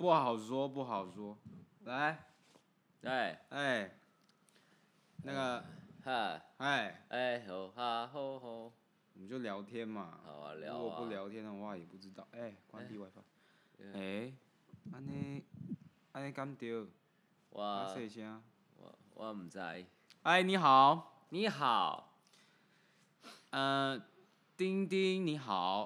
不好说，不好说。来，那个， 吼， 我们就聊天嘛。 好啊，聊啊。 如果不聊天的话，也不知道。关闭 WiFi。安尼敢对？ 我细声。 我唔知。 你好。 你好。 丁丁你好。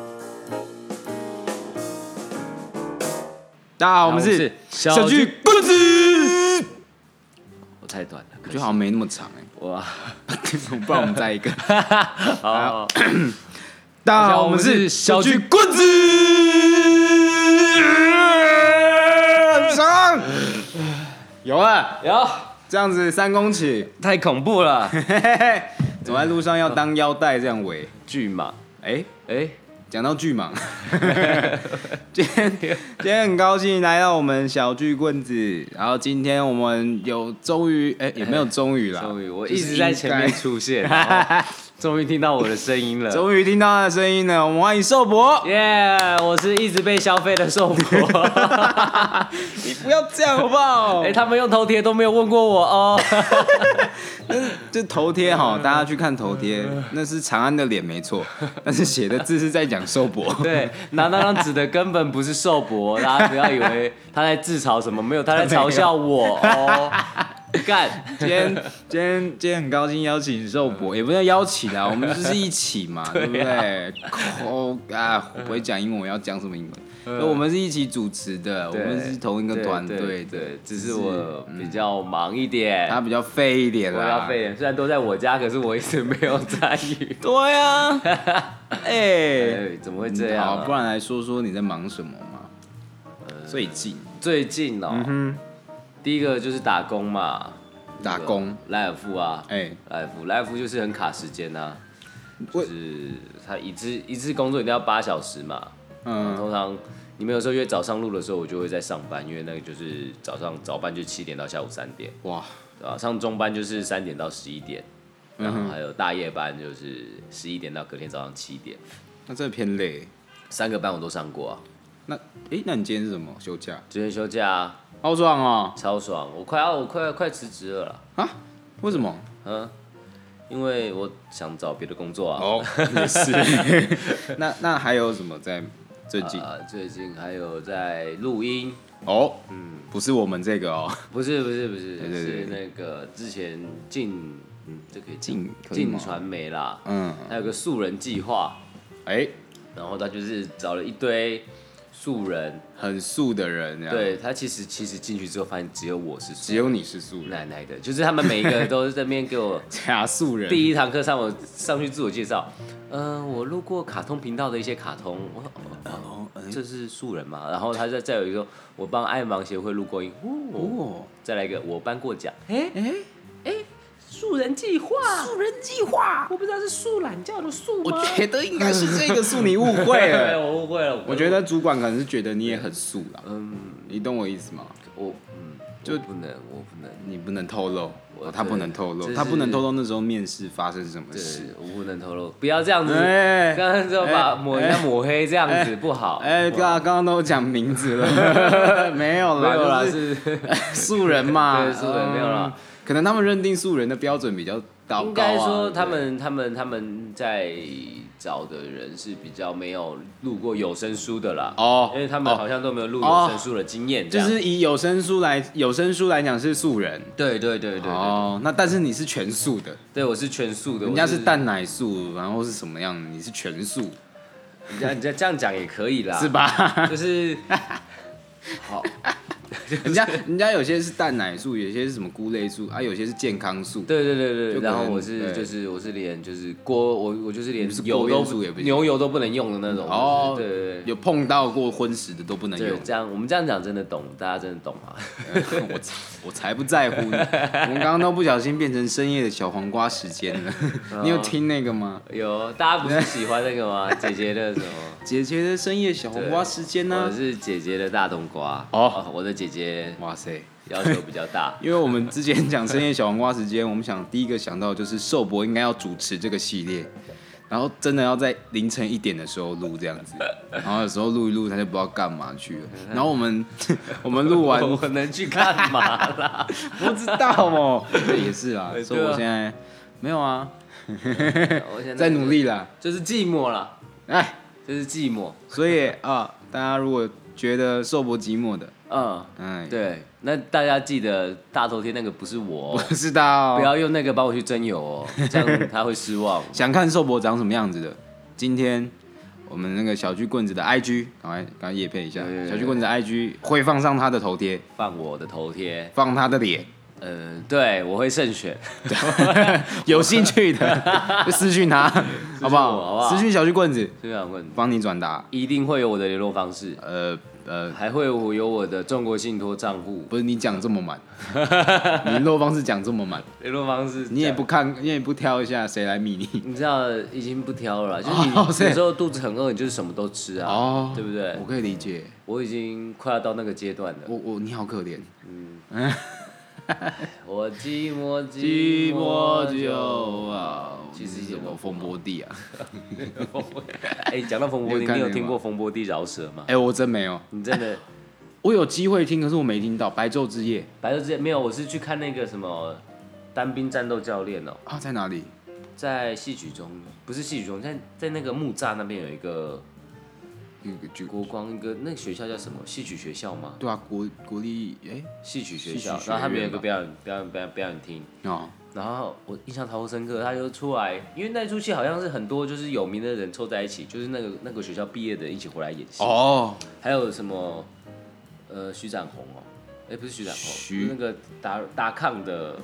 大家好，我们是小巨棍子。 我太短了， 我觉得好像没那么长哇， 不然我们再一个。 好， 大家好，我们是小巨棍子。上有啊， 有， 这样子3公尺， 太恐怖了。 走在路上要当腰带这样围。 巨蟒， 讲到巨蟒，今天很高兴来到我们小巨棍子，然后今天我们终于也没有终于啦， 终于我一直在前面出现，终于听到我的声音了， 终于听到他的声音了，我们欢迎寿伯， 我是一直被消费的寿伯， 你不要这样好不好？ 他们用头贴都没有问过我哦。 就头贴哈，大家去看头贴，那是长安的脸没错，但是写的字是在讲寿伯。 对，拿那张纸的根本不是寿伯，大家不要以为他在自嘲什么，没有，他在嘲笑我哦。干， 今天很高兴邀请寿伯，也不是邀请啦，我们就是一起嘛，对不对？我不会讲英文，我要讲什么英文？我们是一起主持的，我们是同一个团队的， 只是我比较忙一点， 他比较废一点啦， 我比较废一点。虽然都在我家，可是我一直没有参与。 对啊， 怎么会这样啊？ 好，不然来说说你在忙什么嘛？ 最近哦，第一个就是打工嘛， 打工， 莱尔富啊，莱尔富就是很卡时间啊，就是他一次工作一定要8小时嘛，通常你们有时候约早上录的时候，我就会在上班，因为那个就是早班就7点到下午3点， 哇， 对吧？上中班就是3点到11点，然后还有大夜班就是11点到隔天早上7点， 那真的偏累 ，3个班我都上过啊。 那你今天是什么休假？ 今天休假啊， 好爽哦， 超爽！我快辞职了啦。 啊？为什么？ 因为我想找别的工作啊。 也是。那还有什么在最近？ 最近还有在录音。 不是我们这个哦。 不是， 对是那个之前这可以进传媒啦。还有个素人计划。然后他就是找了一堆素人， 很素的人， 对他其实进去之后发现只有我是素人， 只有你是素人， 奶的，就是他们每一个都是在那边给我假素人。 第一堂课上去自我介绍，我录过卡通频道的一些卡通，这是素人嘛？然后他再有一个，我帮爱盲协会录过音，再来一个我颁过奖，素人计划，我不知道是素懒觉的素吗？ 我觉得应该是这个素，你误会了。 我误会了。 我觉得主管可能是觉得你也很素啦。你懂我意思吗？ 我不能， 你不能透露，他不能透露，他不能透露那时候面试发生什么事。 我不能透露，不要这样子。刚刚就把人家抹黑这样子不好。 刚刚都讲名字了，没有啦， 是素人嘛。 对，素人没有啦。 可能他们认定素人的标准比较高啊。 应该说他们在找的人是比较没有录过有声书的啦。因为他们好像都没有录有声书的经验。 就是以有声书来讲是素人。 对。 那但是你是全素的。 对，我是全素的。 人家是蛋奶素，然后是什么样？你是全素。 人家这样讲也可以啦， 是吧？ 就是好。 人家有些是蛋奶素，有些是什么菇类素啊，有些是健康素。 对。然后我是连就是我就是连油牛油都不能用的那种。对。 有碰到过荤食的都不能用。 这样我们这样讲真的懂，大家真的懂吗？ 我才不在乎呢。我们刚刚都不小心变成深夜的小黄瓜时间了。你有听那个吗？ 有，大家不是喜欢那个吗？姐姐的什么？ 姐姐的深夜小黄瓜时间呢？ 我是姐姐的大冬瓜。我的姐姐， 哇塞， 要求比较大。 因为我们之前讲深夜小黄瓜时间，我们第一个想到就是寿伯应该要主持这个系列， 然后真的要在凌晨1点的时候录这样子，然后有时候录一录他就不知道干嘛去了。然后我们录完， 我能去干嘛啦？ 不知道哦，也是啦。所以我现在没有啊，我现在努力啦， 就是寂寞啦， 哎， 就是寂寞。 所以啊，大家如果觉得寿伯寂寞的， 对，那大家记得大头贴那个不是我， 不知道， 不要用那个帮我去征友哦，这样他会失望。 想看寿伯长什么样子的，今天我们那个小巨棍子的 IG， 赶快业配一下，小巨棍子的 IG 会放上他的头贴， 放我的头贴， 放他的脸。 对，我会慎选， 有兴趣的就私讯他，好不好？私讯小巨棍子，帮你转达， 一定会有我的联络方式。还会有我的中国信托账户。 不是你讲这么满，你联络方式讲这么满， 联络方式你也不看，你也不挑一下谁来密你？ 你知道已经不挑了啦，就是你有时候肚子很饿，你就是什么都吃啊，对不对？ 我可以理解， 我已经快要到那个阶段了。 你好可怜， 我寂寞寂寞就好。其实什么风波地啊？ 讲到风波地，你有听过风波地饶舌吗？ 我真没有。 你真的？ 我有机会听，可是我没听到《白昼之夜》。 白昼之夜没有，我是去看那个什么单兵战斗教练哦。 在哪里？ 在戏曲中，不是戏曲中，在那个木栅那边有一个。国光一个那个学校叫什么？戏曲学校吗？ 对啊，国立戏曲学校，然后他们有一个表演厅然后我印象超深刻，他就出来，因为那出戏好像是很多就是有名的人凑在一起，就是那个学校毕业的人一起回来演戏还有什么徐展宏不是徐展宏，那个达康的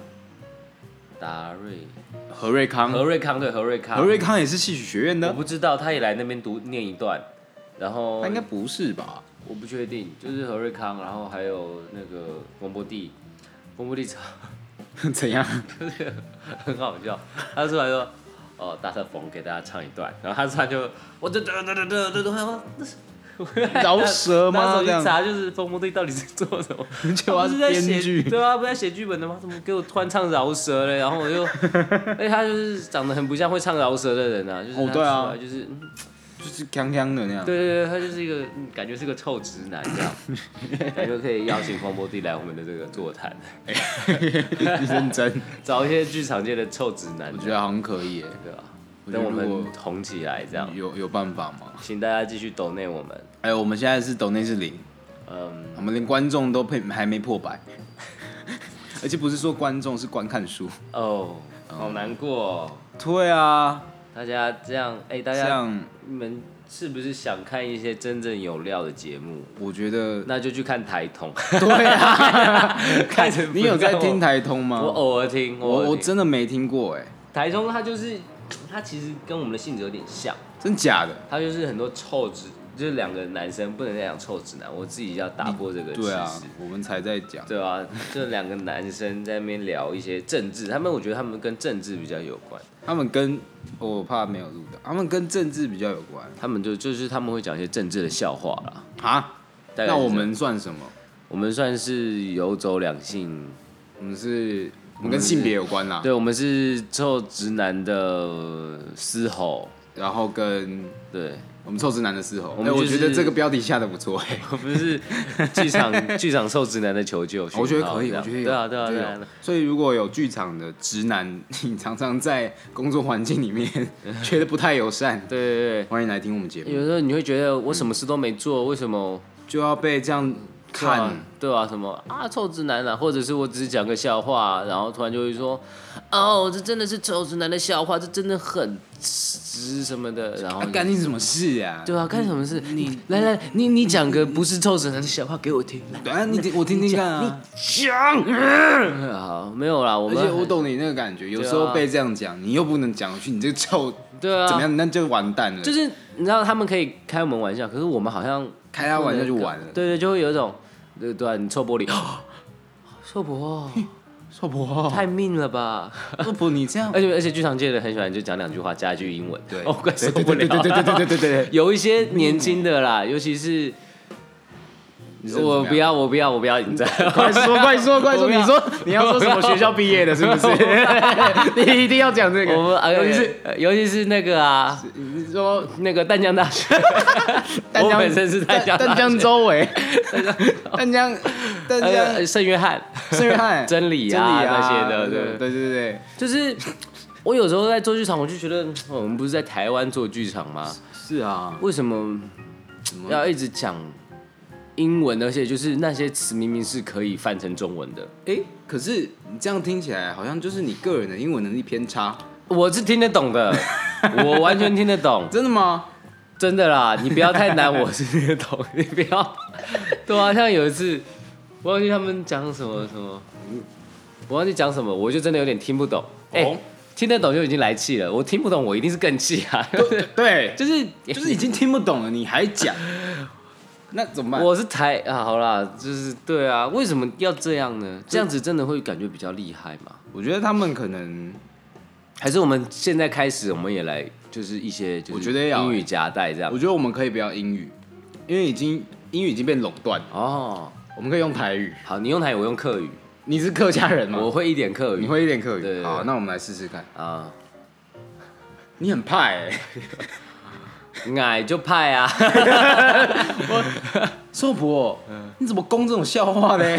何瑞康对何瑞康也是戏曲学院的， 我不知道他也来那边念一段。然后他应该不是吧？ 我不确定，就是何瑞康，然后还有那个冯博弟怎样？ 就是很好笑。他出来说：“大特冯给大家唱一段。”然后他突然就我饶舌吗？ 拿手机查就是冯博弟到底在做什么？ 他是在编剧， 对啊，不是在写剧本的吗？怎么给我突然唱饶舌嘞？然后我就，他就是长得很不像会唱饶舌的人啊，就是对啊， 就是锵锵的那样。 对，他就是一个感觉是个臭直男这样，感觉可以邀请冯博弟来我们的这个座谈。 你认真找一些剧场界的臭直男， 我觉得好像可以耶， 对吧？等我们红起来这样， 有办法吗？ 请大家继续抖内我们。 我们现在是抖内是0，我们连观众都还没破100，而且不是说观众，是观看数。 好难过。 对啊。 大家这样，大家你们是不是想看一些真正有料的节目？ 我觉得那就去看台通。 对啊，你有在听台通吗？ 我偶尔听， 我真的没听过台通它其实跟我们的性质有点像。 真假的？ 它就是很多臭直，就是2个男生不能再讲臭直男，我自己要打破这个歧视。 对啊，我们才在讲。 对啊，就2个男生在那边聊一些政治，我觉得他们跟政治比较有关。 他们跟我怕没有录到，他们跟政治比较有关。 他们就是他们会讲一些政治的笑话啦。 那我们算什么？ 我们算是游走两性， 我们跟性别有关啦。 对，我们是臭直男的嘶吼， 然后对。 我们臭直男的嘶吼，我觉得这个标题下的不错我们是剧场臭直男的求救， 我觉得可以，我觉得有， 对啊。 所以如果有剧场的直男，你常常在工作环境里面觉得不太友善， 对， 欢迎来听我们节目。 有时候你会觉得我什么事都没做，为什么就要被这样看？ 对啊，什么臭直男啊，或者是我只是讲个笑话，然后突然就会说，这真的是臭直男的笑话，这真的很直什么的，然后干你什么事啊？ 对啊，干什么事？你来，你讲个不是臭直男的笑话给我听。 对啊，我听听看啊。 你讲。好，没有啦， 而且我懂你那个感觉，有时候被这样讲，你又不能讲回去，你这个臭， 对啊， 怎么样？那就完蛋了。 就是你知道他们可以开我们玩笑，可是我们好像开他玩笑就完了。 对，就会有一种，对啊，你臭玻璃，臭婆，太命了吧！ 臭婆，你这样， 而且剧场界的很喜欢就讲2句话加一句英文， 对， 快受不了。 对， 有一些年轻的啦，尤其是我不要，我不要，我不要引战。 快说，快说，快说！你说你要说什么学校毕业的，是不是？你一定要讲这个。 尤其是那个啊， 你说那个淡江大学，我本身是淡江周围，淡江圣约翰真理啊那些的，对，就是我有时候在做剧场，我就觉得我们不是在台湾做剧场吗？ 是啊， 为什么要一直讲英文，而且就是那些词明明是可以翻成中文的？ 可是你这样听起来好像就是你个人的英文能力偏差。 我是听得懂的，我完全听得懂。 真的吗？ 真的啦，你不要太难，我是听得懂。你不要，对啊，像有一次，我忘记他们讲什么，我忘记讲什么，我就真的有点听不懂。听得懂就已经来气了，我听不懂，我一定是更气啊。 对，就是已经听不懂了，你还讲，那怎么办？ 我是好啦，就是对啊，为什么要这样呢？这样子真的会感觉比较厉害吗？ 我觉得他们可能。 还是我们现在开始，我们也来就是一些， 我觉得要英语夹带这样。 我觉得我们可以不要英语，因为英语已经被垄断哦。 我们可以用台语。 好，你用台语，我用客语。 你是客家人吗？ 我会一点客语。 你会一点客语？ 对。 好，那我们来试试看啊。 你很派矮就派啊！ 硕博，你怎么攻这种笑话嘞？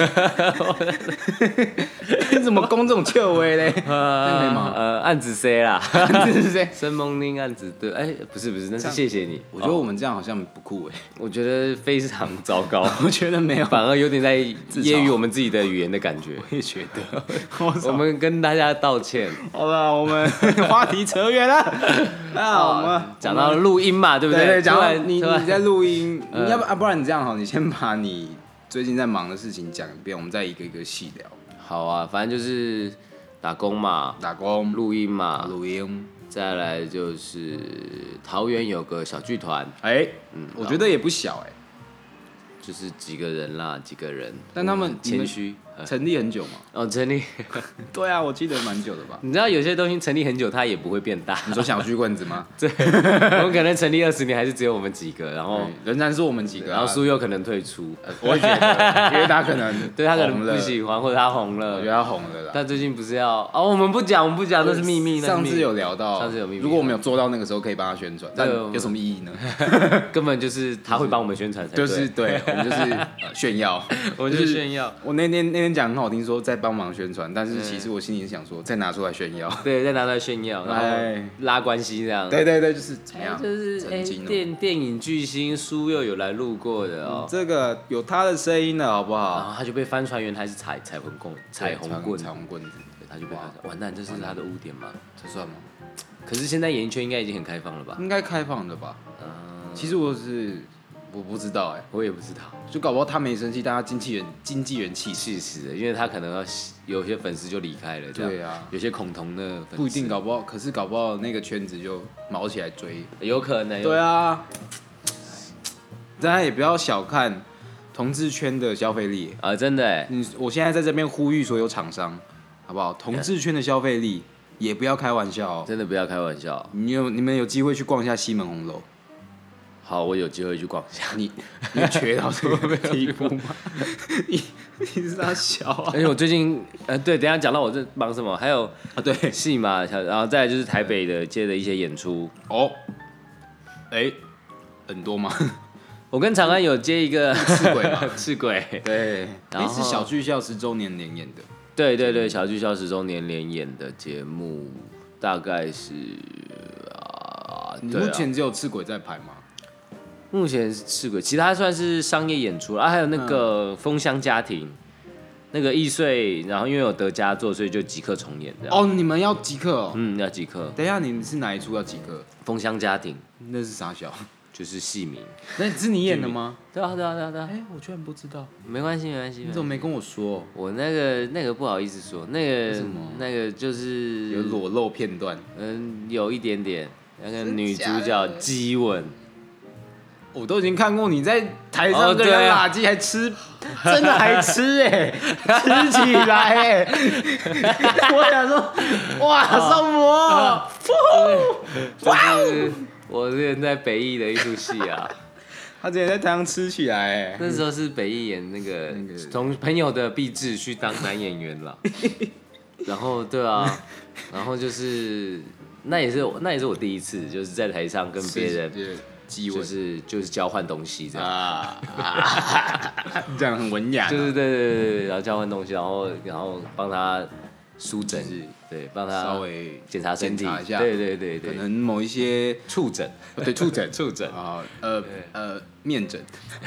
你怎么攻这种笑话嘞？可以吗？ 案子 C 啦， 案子 C， 生蒙宁案子对，不是，那是谢谢你。 我觉得我们这样好像不酷我觉得非常糟糕。 我觉得没有， 反而有点在揶揄我们自己的语言的感觉。 我也觉得， 我们跟大家道歉。 好了，我们话题扯远了。那我们讲到录音嘛，对不对？ 对，讲到你在录音，你要不然你这样好，你先把你最近在忙的事情讲一遍，我们再一个一个细聊。 好啊，反正就是打工嘛，录音嘛，再来就是桃园有个小剧团， 我觉得也不小就是几个人， 但他们谦虚， 成立很久嘛？ 哦，成立， 对啊，我记得蛮久的吧？ 你知道有些东西成立很久，它也不会变大。 你说小巨棍子吗？ 对，我们可能成立20年，还是只有我们几个，然后仍然是我们几个， 然后苏佑可能退出， 我也觉得，因为他可能对他可能不喜欢，或者他红了， 我觉得他红了啦。 他最近不是要我们不讲，那是秘密。 上次有聊到， 上次有秘密。 如果我们有做到那个时候，可以帮他宣传，但有什么意义呢？ 根本就是他会帮我们宣传才对。 就是对，我们就是炫耀， 我就是炫耀。 我那天讲很好听，说在帮忙宣传，但是其实我心里想说，再拿出来炫耀。 对，再拿出来炫耀，然后拉关系这样。 对，就是怎么样？ 就是电影巨星苏又有来录过的哦。 这个有他的声音了，好不好？ 然后他就被翻船原来是彩虹棍子， 对， 他就被翻完蛋，这是他的污点吗？ 这算吗？ 可是现在演艺圈应该已经很开放了吧？ 应该开放的吧？其实我不知道我也不知道， 就搞不好他没生气，但他经纪人气死了，因为他可能有些粉丝就离开了， 对啊， 有些恐同的粉丝不一定，搞不好，可是搞不好那个圈子就毛起来追， 有可能， 对啊，大家也不要小看同志圈的消费力啊，真的我现在在这边呼吁所有厂商，好不好？同志圈的消费力也不要开玩笑真的不要开玩笑。 你们有机会去逛一下西门红楼。 好，我有机会去逛一下。 你缺到这个地步吗？你是他小啊？ 而且我最近对，等一下讲到我这忙什么，还有对戏嘛，然后再来就是台北的接的一些演出很多吗？ 我跟长安有接一个赤鬼嘛， 赤鬼对，是小剧校10周年连演的。 对，小剧校10周年连演的节目，大概是你目前只有赤鬼在排吗？ 目前是赤鬼，其他算是商业演出还有那个封箱家庭，那个易碎，然后因为有得佳作，所以就即刻重演这样。 你们要即刻要即刻。 等一下，你是哪一出要即刻？ 封箱家庭， 那是啥小？ 就是戏名。 那是你演的吗？ 对啊。 我居然不知道。 没关系。 你怎么没跟我说？ 我那个不好意思说，那个就是有裸露片段。 有一点点。那个女主角激吻。 我都已经看过你在台上跟人家垃圾还吃，真的还吃吃起来我想说，哇，上魔， 哇！我之前在北艺的一出戏啊， 他之前在台上吃起来， 那时候是北艺演那个从朋友的壁纸去当男演员了。然后对啊，然后就是那也是我第一次，就是在台上跟别人就是交换东西这样这样很文雅。 就是对，然后交换东西，然后帮他梳疹，对，帮他稍微检查身体一下， 对， 可能某一些触诊， 对触诊啊， 面诊，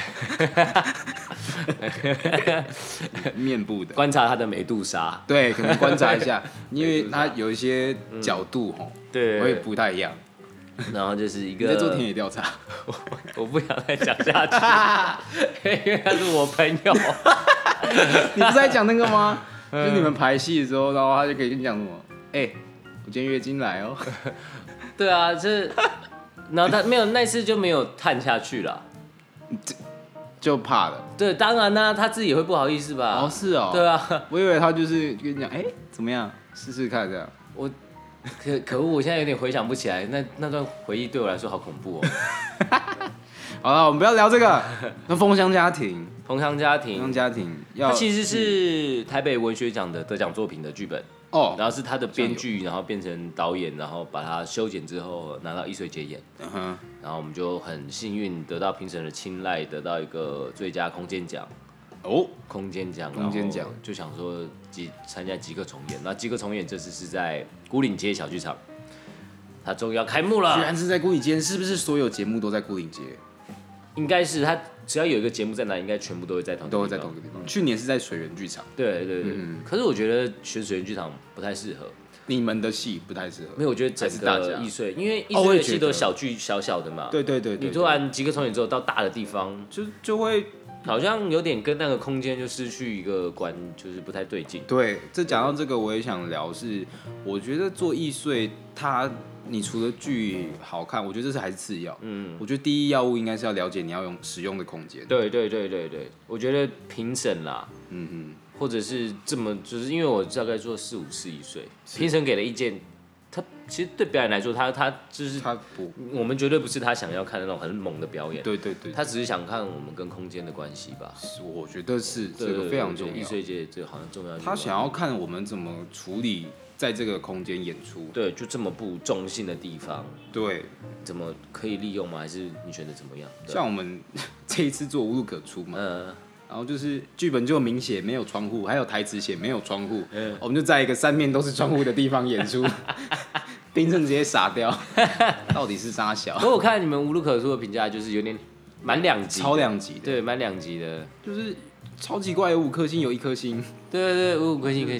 面部的观察他的美杜莎， 对，可能观察一下，因为他有一些角度对， 会不太一样。 然后就是一个你在做田野调查， 我不想再讲下去，因为他是我朋友。 你不是在讲那个吗？就是你们排戏的时候，然后他就可以跟你讲什么？我今天月经来哦。 对啊，然后他没有那次就没有探下去了， 就怕了。 对，当然啦，他自己也会不好意思吧？ 哦，是哦。 对啊， 我以为他就是跟你讲，怎么样，试试看这样。 可恶，我现在有点回想不起来，那段回忆对我来说好恐怖哦。 好了，我们不要聊这个。那封箱家庭， 它其实是台北文学奖的得奖作品的剧本然后是他的编剧，然后变成导演，然后把它修剪之后拿到艺穗节演。然后我们就很幸运得到评审的青睐，得到一个最佳空间奖。空间奖，就想说参加即刻重演。那即刻重演这次是在牯岭街小剧场，它终于要开幕了。 居然是在牯岭街，是不是所有节目都在牯岭街？ 应该是，它只要有一个节目在那，应该全部都会在同一个地方。去年是在水源剧场。 对。可是我觉得选水源剧场不太适合。 你们的戏不太适合。 没有，我觉得整个艺穗，因为艺穗的戏都小剧小的嘛。 对。 你突然即刻重演之后到大的地方，就会。好像有点跟那个空间就失去一个就是不太对劲。 对，讲到这个，我也想聊是，我觉得做艺穗，你除了剧好看，我觉得这是还是次要。我觉得第一要务应该是要了解你要使用的空间。 对，我觉得评审啦，或者是就是因为我大概做4、5次艺穗，评审给的意见。他其实对表演来说，他就是我们绝对不是他想要看的那种很猛的表演。 对， 他只是想看我们跟空间的关系吧。 我觉得是这个非常重要。 艺穗界这个好像重要。 他想要看我们怎么处理在这个空间演出。 对，就这么不中性的地方。 对， 怎么可以利用吗？还是你选择怎么样？ 像我们这一次做无路可出嘛。然后就是剧本就明显没有窗户，还有台词写没有窗户，我们就在一个3面都是窗户的地方演出，评审直接傻掉，到底是啥小？ 不过我看你们无路可出的评价就是有点蛮2级， 超2级的， 对，蛮2级的， 就是超奇怪，有5颗星，有1颗星， 对，5颗星，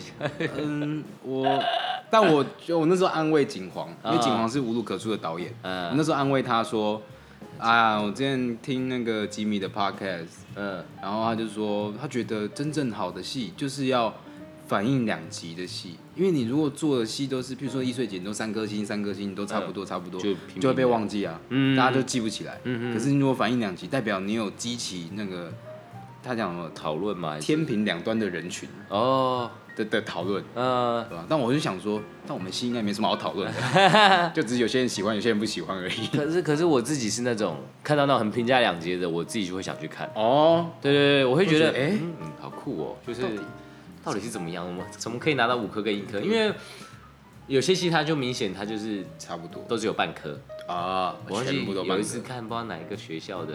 但我那时候安慰景煌，因为景煌是无路可出的导演，我那时候安慰他说。我之前听那个吉米的 podcast，然后他就说，他觉得真正好的戏就是要反映2级的戏，因为你如果做的戏都是，譬如说艺穗节都3颗星，你都差不多，就会被忘记啊，大家就记不起来。可是你如果反映2级，代表你有激起那个他讲什么讨论嘛， 天平2端的人群的讨论，对吧？但我就想说，但我们戏应该没什么好讨论的，就只是有些人喜欢，有些人不喜欢而已。 可是我自己是那种看到那种很评价2级的，我自己就会想去看。 对， 我会觉得，好酷哦，就是到底是怎么样？怎么可以拿到5颗跟1颗？因为有些戏它就明显它就是差不多， 都只有半颗啊。 我全部都半颗。有一次看不知道哪一个学校的，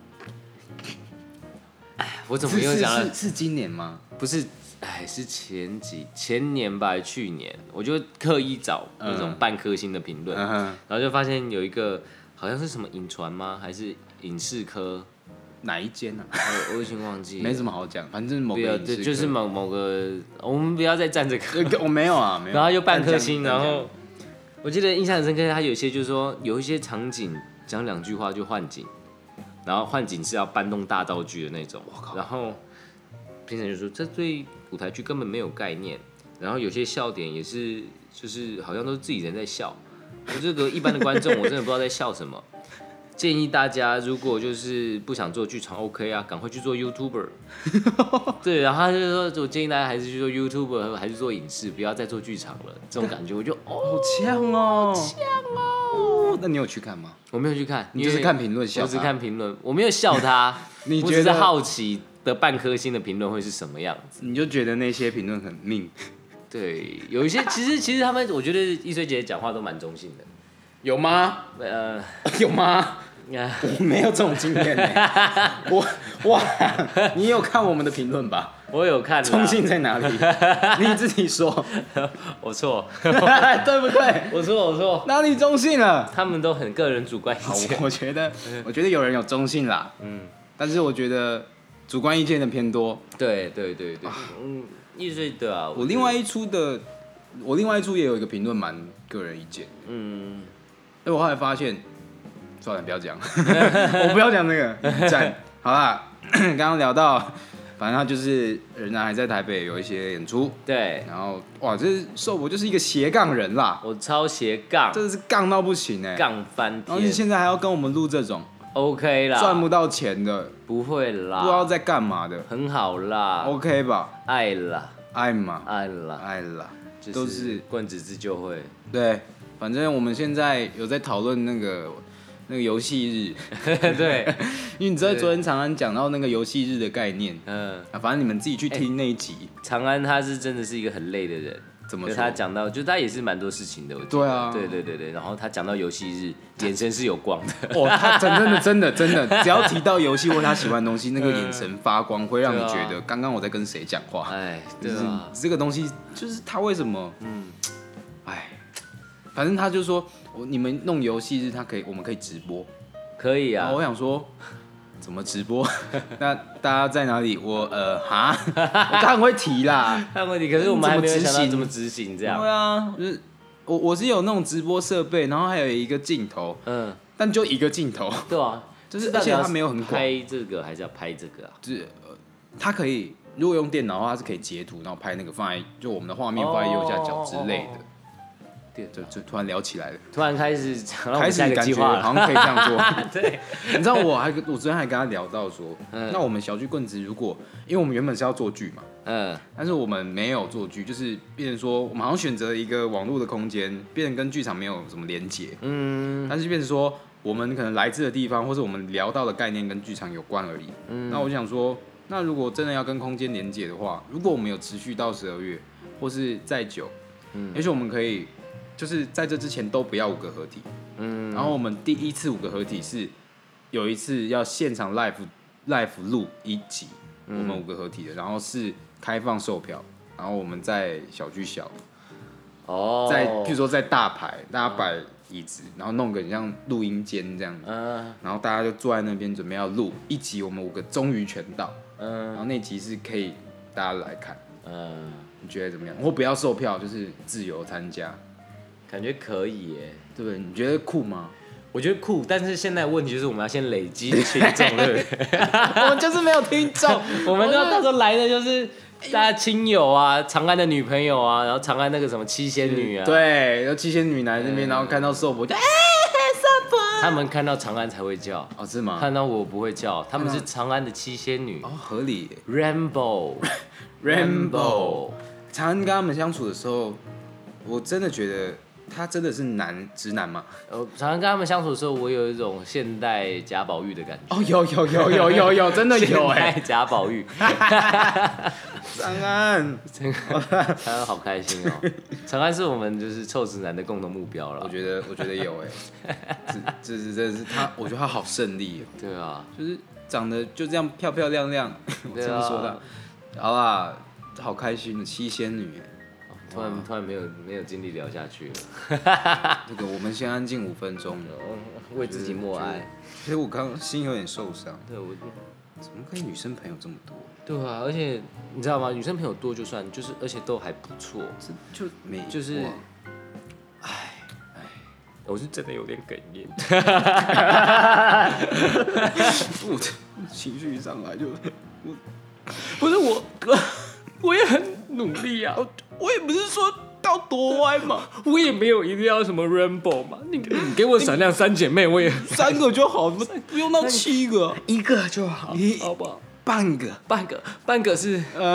我怎么又讲了？ 是今年吗？ 不是。是前年吧，去年我就刻意找那种半颗星的评论，然后就发现有一个好像是什么影传吗？还是影视科？ 哪一间啊？ 我已经忘记了。 没什么好讲，反正某个影视科就是某个，我们不要再站这个。 我没有啊，没有。 然后又半颗星，然后我记得印象很深刻，他有些就是说有一些场景讲2句话就换景，然后换景是要搬动大道具的那种，然后评审就说这对舞台剧根本没有概念，然后有些笑点也是就是好像都是自己人在笑，我这个一般的观众我真的不知道在笑什么。建议大家如果就是不想做剧场 OK 啊，赶快去做 YouTuber。对，然后他就说，我建议大家还是去做 YouTuber， 还是做影视，不要再做剧场了。这种感觉我就好呛哦， 呛哦。 哦，那你有去看吗？ 我没有去看， 你就是看评论笑他。 我只看评论，我没有笑他， 你我只是好奇的半颗星的评论会是什么样子？ 你就觉得那些评论很命？ 对，有一些其实他们，我觉得易碎姐讲话都蛮中性的。 有吗？有吗？我没有这种经验哇，你有看我们的评论吧？ 我有看， 中性在哪里？你自己说。 我错， 对不对？ 我错， 哪里中性了？ 他们都很个人主观意见。 我觉得有人有中性啦，但是我觉得主观意见的偏多。 对，易碎对啊。 我另外一出也有一个评论蛮个人意见，但我后来发现，算了，不要讲，我不要讲那个赞。好啦，刚刚聊到，反正他就是仍然还在台北有一些演出， 对， 然后哇，这寿伯就是一个斜杠人啦， 我超斜杠， 真的是杠到不行哎， 杠翻天， 然后你现在还要跟我们录这种 ，OK 啦， 赚不到钱的， 不会啦， 不知道在干嘛的， 很好啦 ，OK 吧？ 爱啦， 爱嘛， 爱啦， 都是棍子自救会， 对，反正我们现在有在讨论那个游戏日， 对， 因为你知道昨天长安讲到那个游戏日的概念，反正你们自己去听那一集。 长安他是真的是一个很累的人， 怎么说？ 他讲到，就他也是蛮多事情的，我觉得。 对啊， 对，然后他讲到游戏日，眼神是有光的。 哦，他真的，只要提到游戏或他喜欢的东西，那个眼神发光，会让你觉得刚刚我在跟谁讲话。 哎，对啊，这个东西就是他为什么？反正他就说，你们弄游戏日，我们可以直播， 可以啊。 我想说，怎么直播？那大家在哪里？我他很会提啦， 他很会提，可是我们还没有想到怎么执行这样。 对啊，就是我是有那种直播设备，然后还有一个镜头，但就一个镜头。 对啊， 就是而且它没有很广。 拍这个还是要拍这个啊？ 就是它可以，如果用电脑的话，它是可以截图，然后拍那个放在就我们的画面放在右下角之类的。就突然聊起来了， 突然开始感觉好像可以这样做。 对， 你知道我昨天还跟他聊到说，那我们小巨棍子如果，因为我们原本是要做剧嘛，但是我们没有做剧，就是变成说我们好像选择一个网络的空间，变成跟剧场没有什么连结，但是变成说我们可能来自的地方或是我们聊到的概念跟剧场有关而已。那我想说，那如果真的要跟空间连结的话，如果我们有持续到12月或是再久，也许我们可以。就是在这之前都不要5个合体，然后我们第一次5个合体是有一次要现场 live 录1集，我们5个合体的，然后是开放售票，然后我们在小聚小，在譬如说在大排，大家摆椅子，然后弄个很像录音间这样子，然后大家就坐在那边准备要录1集，我们5个终于全到，然后那集是可以大家来看，你觉得怎么样？或不要售票，就是自由参加。 感觉可以耶， 对不对？你觉得酷吗？ 我觉得酷，但是现在问题就是我们要先累积群众，对不对？ 我们就是没有听众， 我们到时候来的就是大家亲友啊，长安的女朋友啊，然后长安那个什么七仙女啊， 对，然后七仙女来这边，然后看到寿伯就寿伯， 他们看到长安才会叫， 哦是吗？ 看到我不会叫，他们是长安的七仙女， 哦合理 ，Rainbow， 长安跟他们相处的时候，我真的觉得。他真的是直男吗？ 常常跟他们相处的时候，我有一种现代贾宝玉的感觉。 哦，有，真的有哎， 贾宝玉。 长安好开心哦！长安是我们就是臭直男的共同目标了。 我觉得有哎，这是真的是他，我觉得他好胜利哦。 对啊， 就是长得就这样漂漂亮亮，我这么说的。好啦，好开心的七仙女。 突然没有精力聊下去了。 这个我们先安静5分钟， 为自己默哀。 其实我刚刚心有点受伤。 对，我怎么可以女生朋友这么多？ 对啊，而且你知道吗？女生朋友多就算，就是而且都还不错。就是我是真的有点哽咽。 我情绪一上来就不是我也很努力啊，我也不是说到多歪嘛， 我也没有一定要什么 Rainbow 嘛，你给我闪亮3姐妹，我也 3个就好，不用到7个， 1个就好，好不好？ 半个是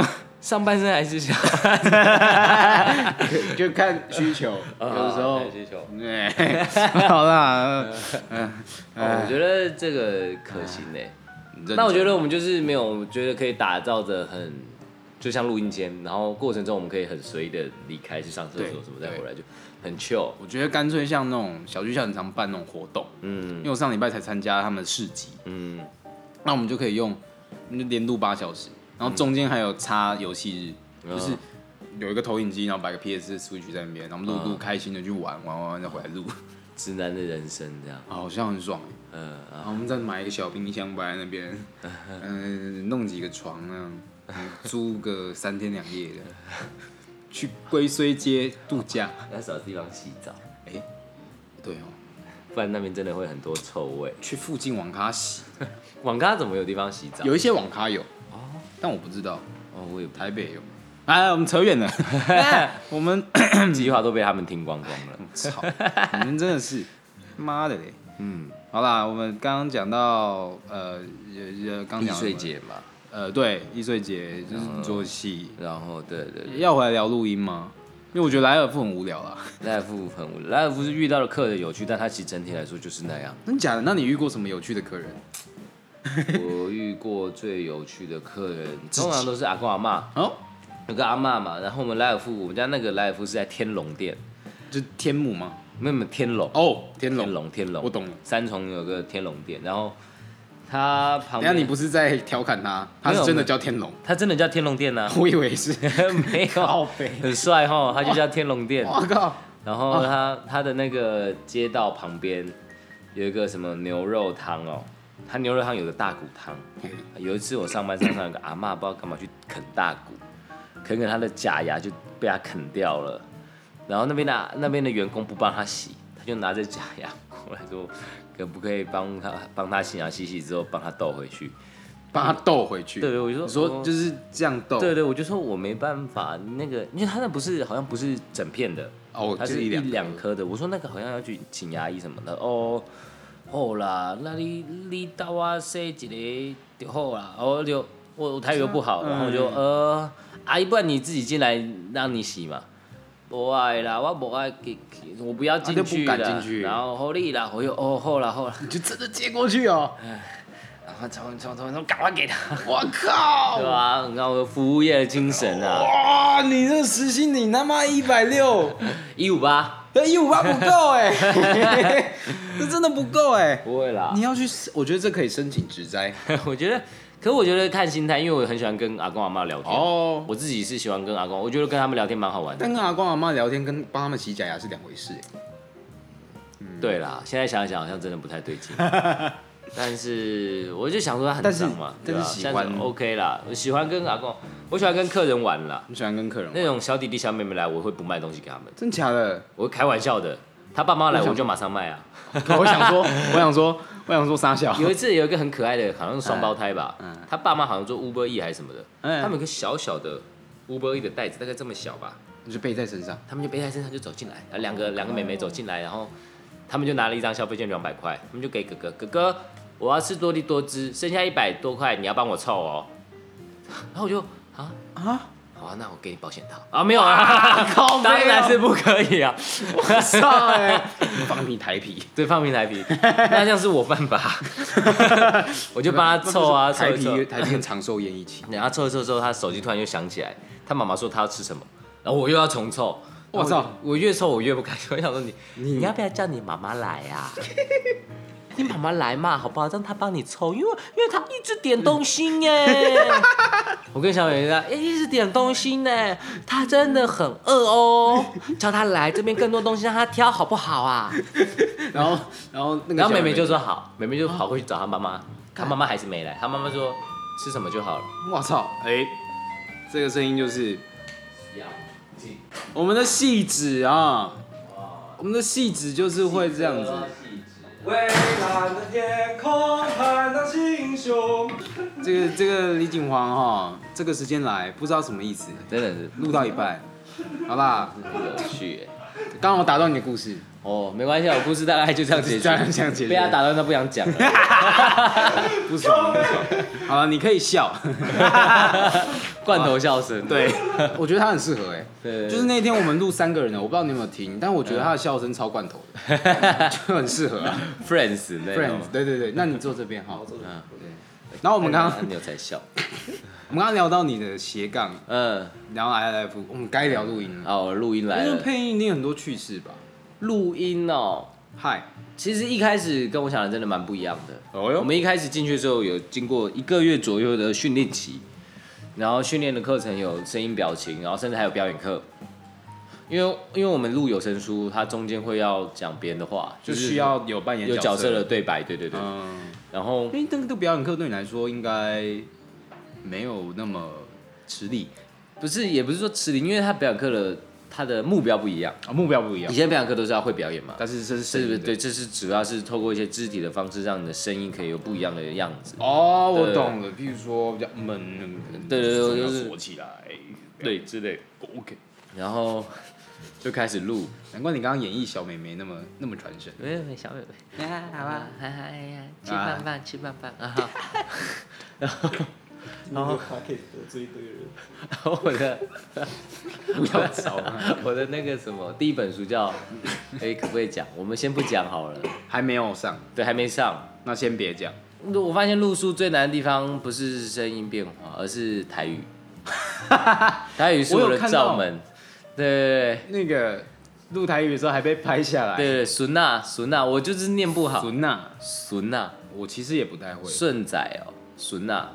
上半身还是下半身？ 就看需求，有的时候看需求。 对，好啦， 我觉得这个可行嘞。那我觉得我们就是没有，我觉得可以打造着很，就像录音间，然后过程中我们可以很随意的离开去上厕所什么再回来，就很 chill。 我觉得干脆像那种小剧校很常办那种活动，因为我上礼拜才参加他们的市集，那我们就可以用，就连录8小时，然后中间还有插游戏日，就是有一个投影机，然后摆个 PS Switch 在那边，然后我们录开心的去玩再回来录。 直男的人生这样， 好像很爽然后我们再买一个小冰箱摆在那边，弄几个床那样，租个3天2夜的，去龟虽街度假。 要找地方洗澡， 对哦， 不然那边真的会很多臭味。 去附近网咖洗， 网咖怎么有地方洗澡？ 有一些网咖有但我不知道。 我也台北有。我们扯远了，我们计划都被他们听光光了。 操，你们真的是，妈的嘞！好啦，我们刚刚讲到刚讲易碎节嘛， 对，易碎节就是做戏， 然后对， 要回来聊录音吗？因为我觉得莱尔富很无聊啦。 莱尔富很无聊，莱尔富是遇到的客人有趣，但他其实整体来说就是那样。 真假的？那你遇过什么有趣的客人？ 我遇过最有趣的客人，通常都是阿公阿嬷。有个阿嬷嘛，然后我们莱尔富，我们家那个莱尔富是在天龙店， 就天母吗？ 没有天龙天龙，我懂了。 三重有个天龙店，然后他旁边， 等下你不是在调侃他，他是真的叫天龙， 他真的叫天龙店啊？ 我以为是没有，很帅哈，他就叫天龙店。 我靠！ 然后他的那个街道旁边有一个什么牛肉汤哦，他牛肉汤有个大骨汤。有一次我上班上有个阿嬷不知道干嘛去啃大骨。啃他的假牙就被他啃掉了，然后那边的员工不帮他洗，他就拿着假牙过来说，可不可以帮他洗，然后洗之后帮他斗回去， 帮他斗回去。 对，我就说就是这样斗。 对，我就说我没办法，那个因为他那好像不是整片的，它是1-2颗的。我说那个好像要去请牙医什么的。好啦，那你到我洗一个就好啦。我台语又不好，然后我就阿姨，不然你自己进来让你洗嘛。不爱啦，我不爱，我不要进去啦。然后好你啦，我又好啦，你就真的接过去哦。 然后从赶快给他。 我靠！ 对吧？然后服务业的精神啊。 哇，你这时薪你他妈160，158 158不够哎，这真的不够哎。 不会啦， 你要去，我觉得这可以申请职灾。 我觉得看心态，因为我很喜欢跟阿公阿嬷聊天。我自己是喜欢跟阿公，我觉得跟他们聊天蛮好玩的。 但跟阿公阿嬷聊天跟帮他们洗假牙是2回事。 对啦，现在想一想好像真的不太对劲。但是我就想说他很脏嘛， 但是喜欢 OK 啦。我喜欢跟阿公，我喜欢跟客人玩啦。 你喜欢跟客人玩那种小弟弟小妹妹来，我会不卖东西给他们。 真假的？ 我会开玩笑的。他爸妈来我就马上卖啊。 我想说傻小。 有一次有一个很可爱的，好像是双胞胎吧。他爸妈好像做 Uber E 还是什么的，他们有个小小的 Uber E 的袋子，大概这么小吧， 就背在身上。 他们就背在身上就走进来，两个妹妹走进来，然后他们就拿了一张消费券200块，他们就给哥哥，我要吃多利多汁，剩下100多块你要帮我凑哦。然后我就好啊，那我给你保险套啊，没有啊，当然是不可以啊！ 我操放平台皮， 对，放平台皮，那像是我犯法，我就帮他凑啊， 台皮跟长寿烟一起。 然后凑一凑之后，他手机突然又响起来，他妈妈说他要吃什么，然后我又要重凑， 我操！ 我越凑我越不开心，我想说你要不要叫你妈妈来啊？你妈妈来嘛，好不好？让她帮你抽，因为她一直点东西耶。我跟小美说，一直点东西呢，她真的很饿哦。叫她来这边更多东西，让她挑好不好啊？ 然后妹妹就说好，妹妹就跑过去找她妈妈，她妈妈还是没来，她妈妈说吃什么就好了。 我操！这个声音就是我们的戏子啊，我们的戏子就是会这样子。蔚蓝的天空，坦荡心胸。这个李景煌这个时间来不知道什么意思， 真的是录到一半，好啦， 很有趣耶。 刚好打断你的故事， 哦，没关系，我故事大概就这样结束。 这样结束。 被他打断，他不想讲了。 不爽。好了，你可以笑。 罐头笑声。 对，我觉得他很适合对， 就是那天我们录3个人的，我不知道你有没有听，但我觉得他的笑声超罐头的，就很适合啊。 Friends 那种。 对对对，那你坐这边好。对。然后我们刚刚你有在笑。 我们刚刚聊到你的斜杠，聊 ILF， 我们该聊录音了。 哦，录音来了。 配音一定很多趣事吧？ 录音哦， 嗨， 其实一开始跟我想的真的蛮不一样的。 哦哟， 我们一开始进去的时候有经过1个月左右的训练期，然后训练的课程有声音表情，然后甚至还有表演课。因为我们录有声书，它中间会要讲别人的话， 就需要有扮演有角色的对白，对。然后， 那个表演课对你来说应该没有那么吃力， 也不是说吃力，因为他表演课他的目标不一样目标不一样。 以前表演课都是要会表演嘛， 但是这是对，这是主要是透过一些肢体的方式，让你的声音可以有不一样的样子。 哦，我懂了，譬如说比较闷， 对， 就是锁起来， 对之类。OK， 然后就开始录。 难怪你刚刚演绎小妹妹那么传神。 小妹妹，好吧，吃饭饭啊。然后可以得罪一堆人。然后不要吵我的那个什么第一本书叫，可不可以讲？我们先不讲好了。 还没有上。 对，还没上。 那先别讲。 我发现录书最难的地方不是声音变化，而是台语。台语是我的罩门。对， 那个录台语的时候还被拍下来。 对，孙娜，我就是念不好。孙娜， 我其实也不太会。 顺仔哦。孙娜，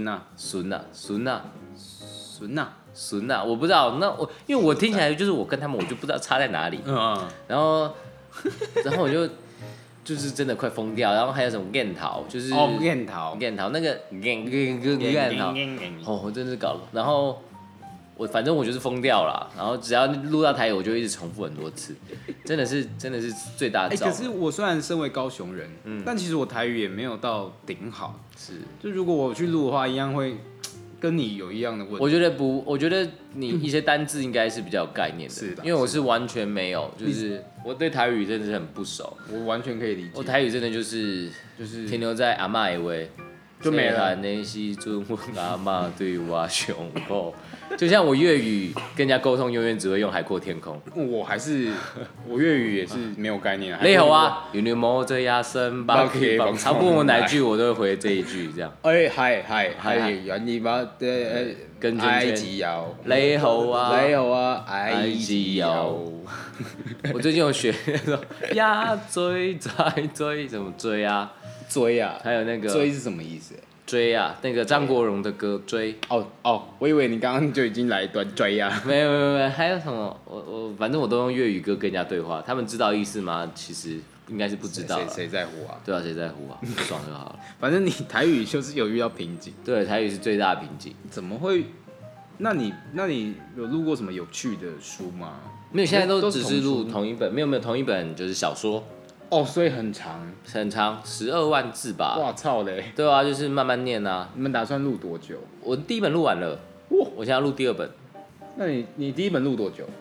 我不知道。因为我听起来就是我跟他们，我就不知道差在哪里。然后我就是真的快疯掉。然后还有什么燕桃，就是燕桃那个燕桃，我真的是搞了。然后反正我就是疯掉了。然后只要录到台语，我就一直重复很多次，真的是最大的招。 可是我虽然身为高雄人，但其实我台语也没有到顶好。 是， 就如果我去录的话，一样会跟你有一样的问题。 我觉得你一些单字应该是比较有概念的， 是的， 因为我是完全没有，就是我对台语真的是很不熟。 我完全可以理解。 我台语真的就是停留在阿嬷的话， 就没了。 那时阵阮阿嬷对我上好。就像我粤语跟人家沟通，永远只会用海阔天空。 我粤语也是没有概念。 你好啊，有你摸着牙声吧，他问我哪句，我都会回这一句这样。 嗨，原你把跟埃及谣。 你好啊， 埃及谣。 我最近有学说呀追怎么追啊？ 追啊， 还有那个追是什么意思？ 追啊，那个张国荣的歌追。 我以为你刚刚就已经来一段追啊。 没有，还有什么？反正我都用粤语歌跟人家对话，他们知道意思吗？其实应该是不知道。 谁在乎啊？ 对啊，谁在乎啊？爽就好了。 反正你台语就是有遇到瓶颈。 对，台语是最大的瓶颈。 怎么会？那你有录过什么有趣的书吗？ 没有，现在都只是录同一本，没有同一本就是小说。 所以很长 ，12万字吧。 哇操嘞！ 对啊，就是慢慢念啊。 你们打算录多久？ 我第一本录完了，我现在要录第2本。 那你第一本录多久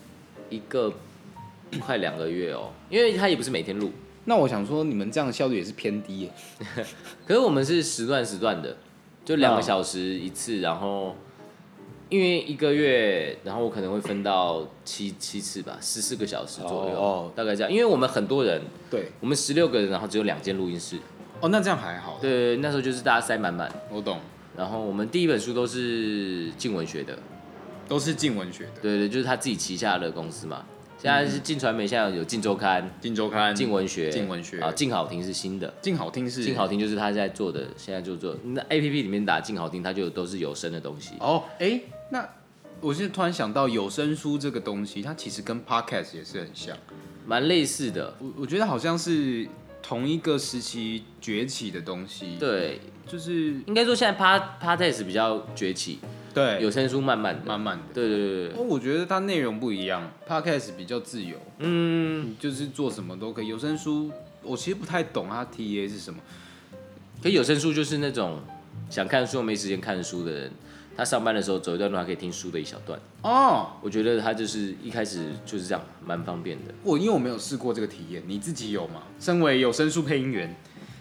快2个月哦，因为它也不是每天录。 那我想说，你们这样的效率也是偏低耶。 可是我们是时段的，就2个小时一次，然后因为1个月，然后我可能会分到7次吧，14个小时左右，大概这样。因为我们很多人， 对， 我们16个人，然后只有2间录音室。 那这样还好。 对，那时候就是大家塞满满。 我懂。 然后我们第一本书都是静文学的，对，就是他自己旗下的公司嘛。现在是静传媒，现在有静周刊、静文学啊，静好听是新的。静好听就是他在做的，现在就做。那 APP 里面打静好听，它就都是有声的东西。 那我现在突然想到有声书这个东西，它其实跟 podcast 也是很像， 蛮类似的。 我觉得好像是同一个时期崛起的东西。 对， 就是应该说现在 podcast 比较崛起。 对， 有声书慢慢的，对。 我觉得它内容不一样 ，podcast 比较自由，就是做什么都可以。有声书我其实不太懂它 TA 是什么， 可有声书就是那种想看书没时间看书的人， 他上班的时候走一段路，还可以听书的一小段。 哦， 我觉得他就是一开始就是这样，蛮方便的。 因为我没有试过这个体验，你自己有吗？身为有声书配音员，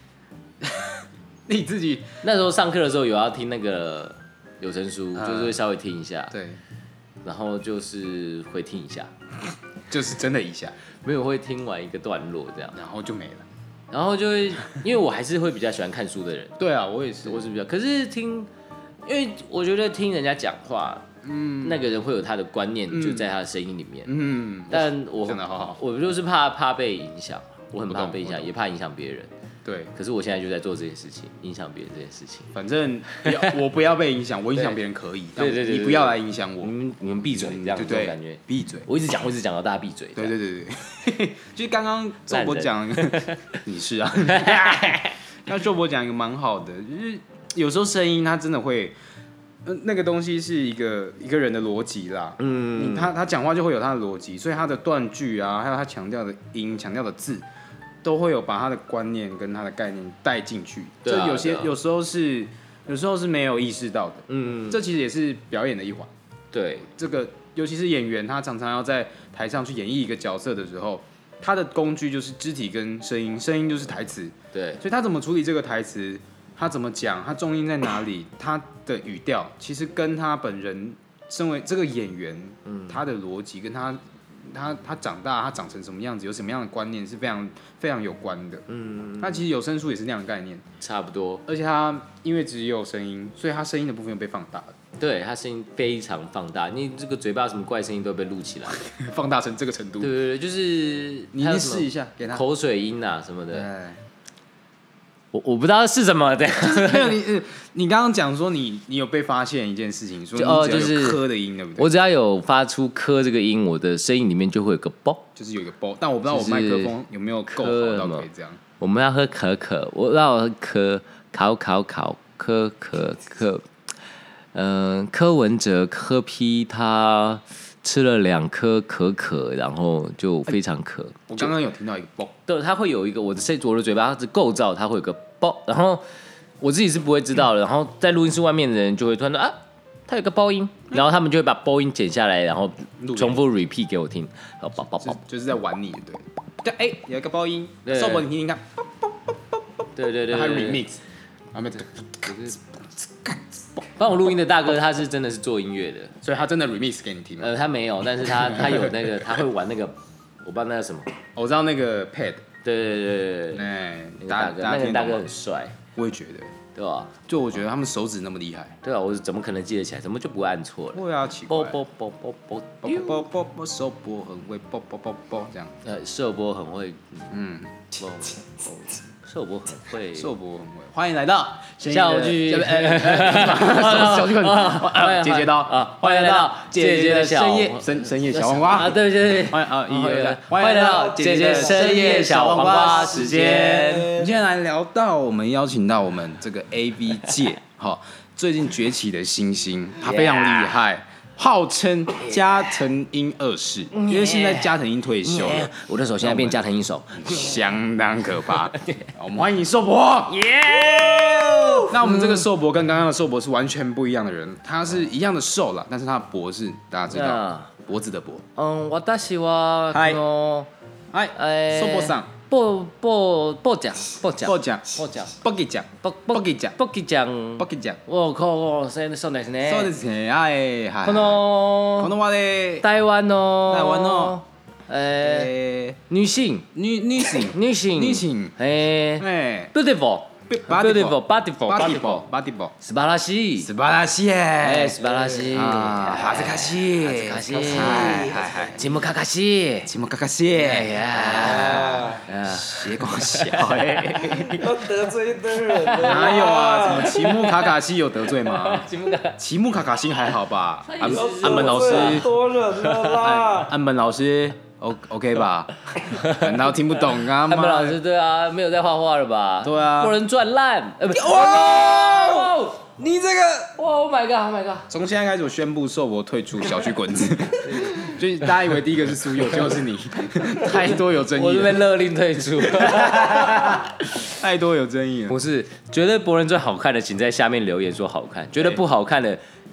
你自己那时候上课的时候有要听那个有声书，就是会稍微听一下。 对， 然后就是会听一下， 就是真的一下， 没有会听完一个段落这样， 然后就没了。 然后就会，因为我还是会比较喜欢看书的人， 对啊，我也是， 我是比较，可是听，因为我觉得听人家讲话，那个人会有他的观念，就在他的声音里面，但我真的好好， 我就是怕被影响，我很怕被影响，也怕影响别人。 对， 可是我现在就在做这件事情，影响别人这件事情。 反正我不要被影响，我影响别人可以，但对， 你不要来影响我。 你们闭嘴，这样对感觉。 闭嘴！ 我一直讲到大家闭嘴。 对，就是刚刚周博讲，你是啊，那周博讲一个蛮好的，就是有时候声音它真的会，那个东西是一个人的逻辑啦，他讲话就会有他的逻辑，所以他的断句啊，还有他强调的音、强调的字。都会有把他的观念跟他的概念带进去，这有时候是没有意识到的，这其实也是表演的一环。 对， 这个尤其是演员，他常常要在台上去演绎一个角色的时候，他的工具就是肢体跟声音，声音就是台词。 对， 所以他怎么处理这个台词，他怎么讲，他重音在哪里，他的语调，其实跟他本人身为这个演员，他的逻辑跟他长大，他长成什么样子，有什么样的观念是非常非常有关的。那其实有声书也是那样的概念， 差不多。 而且他因为只有声音，所以他声音的部分又被放大了。 对，他声音非常放大，你这个嘴巴什么怪声音都被录起来， 放大成这个程度。 对，就是你试一下，给他口水音啊什么的。我不知道是什么的， 没有你刚刚讲说你有被发现一件事情，说你只要有科的音，对不对？ 我只要有发出科这个音，我的声音里面就会有个啵， 就是有一个啵，但我不知道我麦克风有没有够好到可以这样。 我们要喝可可，我要喝考可，柯文哲柯 P 他吃了2颗可，然后就非常渴。 我刚刚有听到一个啵， 对，它会有一个我的嘴巴它是构造，它会有个啵，然后我自己是不会知道的，然后在录音室外面的人就会突然说啊，它有个爆音，然后他们就会把爆音剪下来，然后重复 repeat 给我听，然后啵， 就是在玩你，对。哎，有一个爆音，邵博你听听看， 对， 还有 remix， 帮我录音的大哥他是真的是做音乐的， 所以他真的 remix 给你听吗？ 他没有，但是他有那个他会玩那个，我不知道那个什么， 我知道那个 pad， 对，那个大哥很帅， 我也觉得， 对吧？ 就我觉得他们手指那么厉害， 对啊，我怎么可能记得起来？怎么就不会按错了？ 会啊，奇怪， 啵， 手波很会啵这样， 射波很会，寿伯很会， 欢迎来到小剧， 小剧姐姐刀啊，欢迎来到姐姐的深夜小黄瓜啊，对，欢迎来到姐姐深夜小黄瓜时间。 我们今天来聊到，我们邀请到我们这个 AV 界最近崛起的新星，他非常厉害。号称加藤鹰2世，因为现在加藤鹰退休了， 我的手现在变加藤鹰手， 相当可怕。我们欢迎寿伯。那我们这个寿伯跟刚刚的寿伯是完全不一样的人，他是一样的瘦啦，但是他的脖是大家知道，脖子的脖。 私は寿伯さん。 波奖，我靠，そうですね。 そうですね。はい。 この場で台湾の女性，beautiful。素晴らしい。 素晴らしい。 素晴らしい。 恥ずかしい。 ちもかかしい。 斜光小要得罪的人哪有啊？什么奇木卡卡西有得罪吗？奇木卡卡西还好吧？安本老师， 多人了啦。 安本老师 ，OK 吧？难道听不懂啊？ 安本老师对啊，没有在画画了吧？ 对啊， 不能赚烂。 哇！你这个 ，Oh my god！ 从现在开始，我宣布寿伯退出，小区滚子。就是大家以为第一个是苏佑，就是你，太多有争议了。 我这边勒令退出， 太多有争议了。 不是，觉得博人传好看的，请在下面留言说好看；觉得不好看的，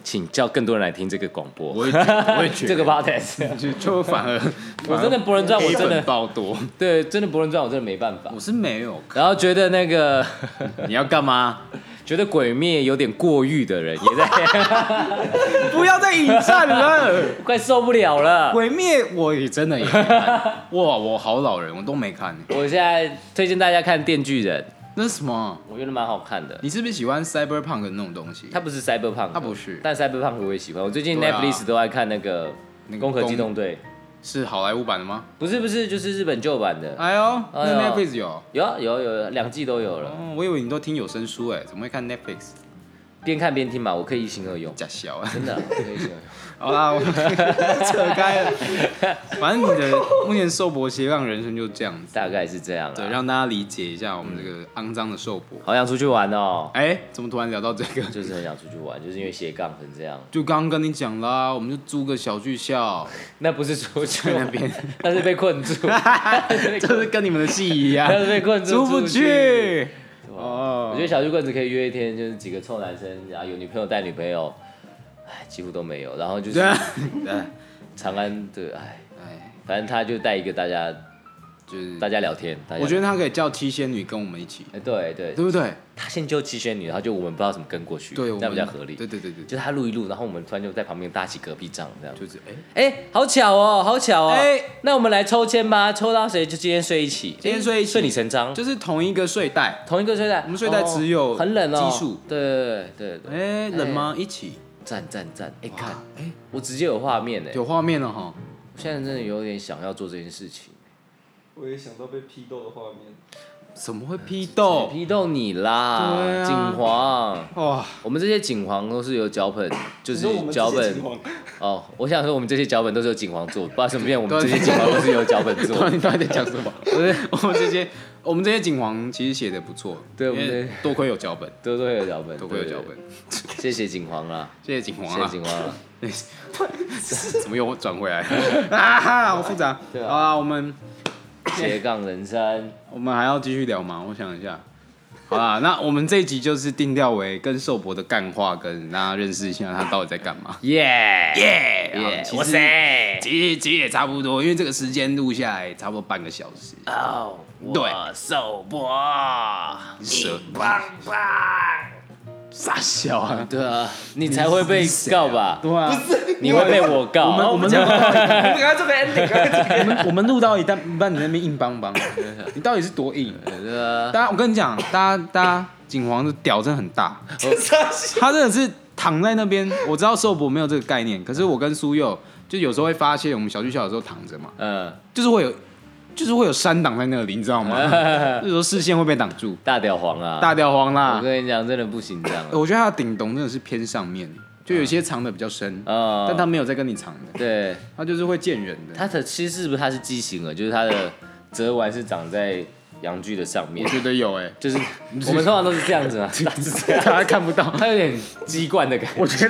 请叫更多人来听这个广播。 我也觉得这个 podcast 就反而我真的博人传，我真的爆多。 对，真的博人传我真的没办法。 我是没有， 然后觉得那个你要干嘛？ 觉得鬼灭有点过誉的人也在， 不要再引战了， 快受不了了。 鬼灭我也真的也没看，哇，我好老人，我都没看。 我现在推荐大家看《电锯人》， 那是什么？ 我觉得蛮好看的。 你是不是喜欢 cyberpunk 的那种东西？ 它不是 cyberpunk， 它不是， 但 cyberpunk 我也喜欢。我最近对啊 Netflix 都在看那个《攻壳机动队》， 是好莱坞版的吗？ 不是，就是日本旧版的。 哎呦，那哎呦 Netflix 有？ 有2季都有了， 哦，我以为你都听有声书哎，怎么会看 Netflix？ 边看边听嘛，我可以一心二用。 假小啊！ 真的，我可以一心二用。 好啦，我扯开了。反正你的目前寿伯斜杠人生就这样子， 大概是这样啦。 对，让大家理解一下我们这个肮脏的寿伯。 好想出去玩哦， 哎，怎么突然聊到这个？ 就是很想出去玩，就是因为斜杠成这样。 就刚刚跟你讲啦，我们就租个小剧校， 那不是出去在那边， 那是被困住， 就是跟你们的戏一样， 那是被困住， 出不去。 哦，我觉得小巨棍子可以约一天，就是几个臭男生，然后有女朋友带女朋友，哎，几乎都没有。然后就是长安的，哎，反正他就带一个大家， 就是大家聊天。 我觉得他可以叫七仙女跟我们一起， 哎，对不对？ 他先救七仙女，然后就我们不知道怎么跟过去， 对， 这样比较合理。 对， 就是他录一录，然后我们突然就在旁边搭起隔壁帐，这样。 就是好巧哦，那我们来抽签吧，抽到谁就今天睡一起， 今天睡一起， 顺理成章， 就是同一个睡袋， 同一个睡袋， 我们睡袋只有很冷哦， 奇数， 对， 哎，冷吗？一起， 赞，看，我直接有画面哎， 有画面了哈， 我现在真的有点想要做这件事情。 我也想到被批斗的画面。 怎么会批斗？ 批斗你啦， 对啊景皇。 哇， 我们这些景皇都是有脚本，就是脚本。哦，我想说我们这些脚本都是由景皇做，不知道什么变我们这些景皇都是由脚本做。 你到底在讲什么？不是，我们这些景皇其实写的不错， 对，我们多亏有脚本， 都有脚本， 多亏有脚本。 谢谢景皇啦， 谢谢景皇谢谢景皇啦。 怎么又转回来啊？好复杂。 对啊， 好啊，我们斜杠人生， 我们还要继续聊吗？我想一下。好啦，那我们这一集就是定调为跟寿伯的干话，跟大家认识一下他到底在干嘛。 耶， 哇塞，其实也差不多，因为这个时间录下来差不多半个小时。 哦， 对， 寿伯， 蛇棒棒，傻笑啊！ 对啊，你才会被告吧？ 对啊， 你会被我告。 我们赶快这个 ending， 我们录到一半，你在那边硬邦邦，你到底是多硬？ 对啊， 大家，我跟你讲，大家景皇的屌真的很大，他真的是躺在那边。我知道寿伯没有这个概念，可是我跟苏佑就有时候会发现，我们小剧校有时候躺着嘛，就是会有山挡在那里，你知道吗？有时候视线会被挡住。 大屌黄啊， 大屌黄啦！ 我跟你讲，真的不行这样。 我觉得他的顶洞真的是偏上面，就有些藏的比较深，但他没有在跟你藏的， 对， 他就是会见人的。 他的其实是不是他是畸形了？就是他的折弯是长在阳具的上面我。觉得有就是我们通常都是这样子嘛， 大家看不到， 他有点鸡冠的感觉。 我觉得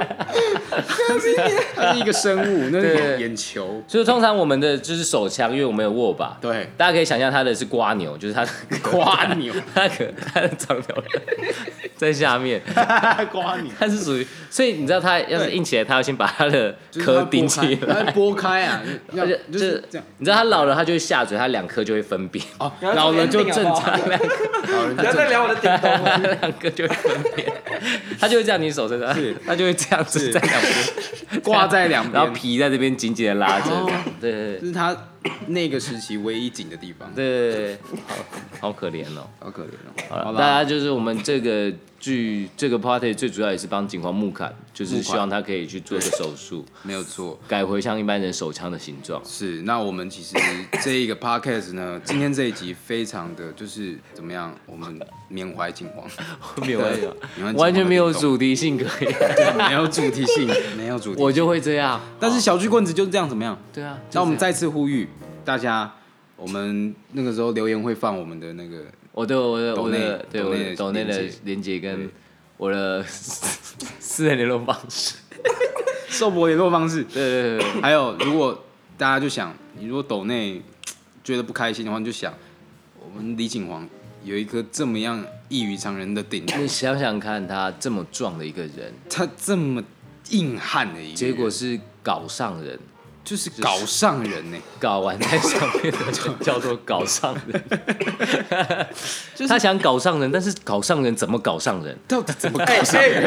它是一个生物，那是眼球。 所以通常我们的就是手枪，因为我们有握把， 对， 大家可以想象它的是瓜牛，就是它瓜牛， 它的长条在下面， 瓜牛， 它是属于，所以你知道它要是硬起来，它要先把它的壳顶起来， 它拨开啊， 就是这样。你知道它老了，它就会下垂，它两颗就会分辨。 哦，老了就正常， 不要再聊我的顶洞了。 两个就会分辨，它就会这样，你手身上，它就会这样子在两边挂在两边， 然后皮在这边紧紧的拉着，对， 这是它那个时期唯一紧的地方。 对，好可怜哦， 好可怜哦。 好了，大家就是我们这个剧这个 party 最主要也是帮景皇木砍，就是希望他可以去做个手术， 没有错， 改回像一般人手枪的形状。 是，那我们其实这一个 podcast 呢，今天这一集非常的就是怎么样，我们缅怀景皇， 没有完全没有主题性可以， 没有主题性，没有主题性， 我就会这样。 但是小巨棍子就是这样，怎么样？ 对啊， 那我们再次呼吁大家，我们那个时候留言会放我们的那个我的抖内的连连接跟我的私人联络方式， 寿伯联络方式。 对， 还有如果大家就想，你如果抖内觉得不开心的话，你就想我们李景皇有一颗这么样异于常人的顶， 你想想看，他这么壮的一个人， 他这么硬汉的一个人， 结果是搞上人， 就是搞上人呢， 搞完在上面的人叫做搞上人。他想搞上人，但是搞上人怎么搞上人？ 到底怎么搞上人？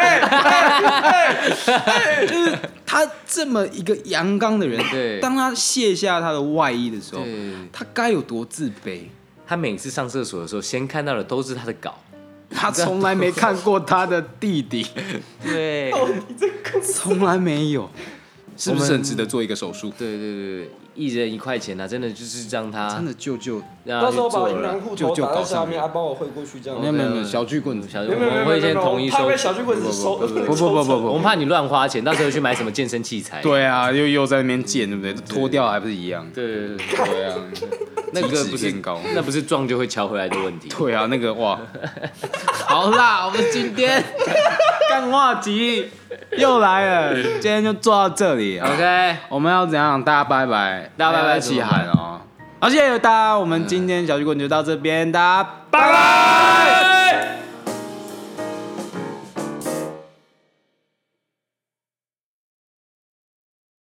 就是他这么一个阳刚的人， 对， 当他卸下他的外衣的时候，他该有多自卑？ 他每次上厕所的时候，先看到的都是他的稿， 他从来没看过他的弟弟， 对， 从来没有，是不是很值得做一个手术？ 对对对，一人1块钱啊，真的就是让他真的救到时候把银了。 行户头打在下面，帮我汇过去这样。 没有小巨棍子， 我们会先统一收。 怕被小巨棍子收。 不，我们怕你乱花钱，到时候去买什么健身器材。 对啊，又在那边健，对不对？脱掉还不是一样？ 对啊， 那个不是高，那不是撞就会敲回来的问题。 对啊，那个哇，好啦，我们今天干话集又来了，今天就做到这里。 OK， 我们要怎样？大家拜拜， 大家拜拜， 一起喊哦！好，谢谢大家，我们今天小巨棍就到这边，大家拜拜。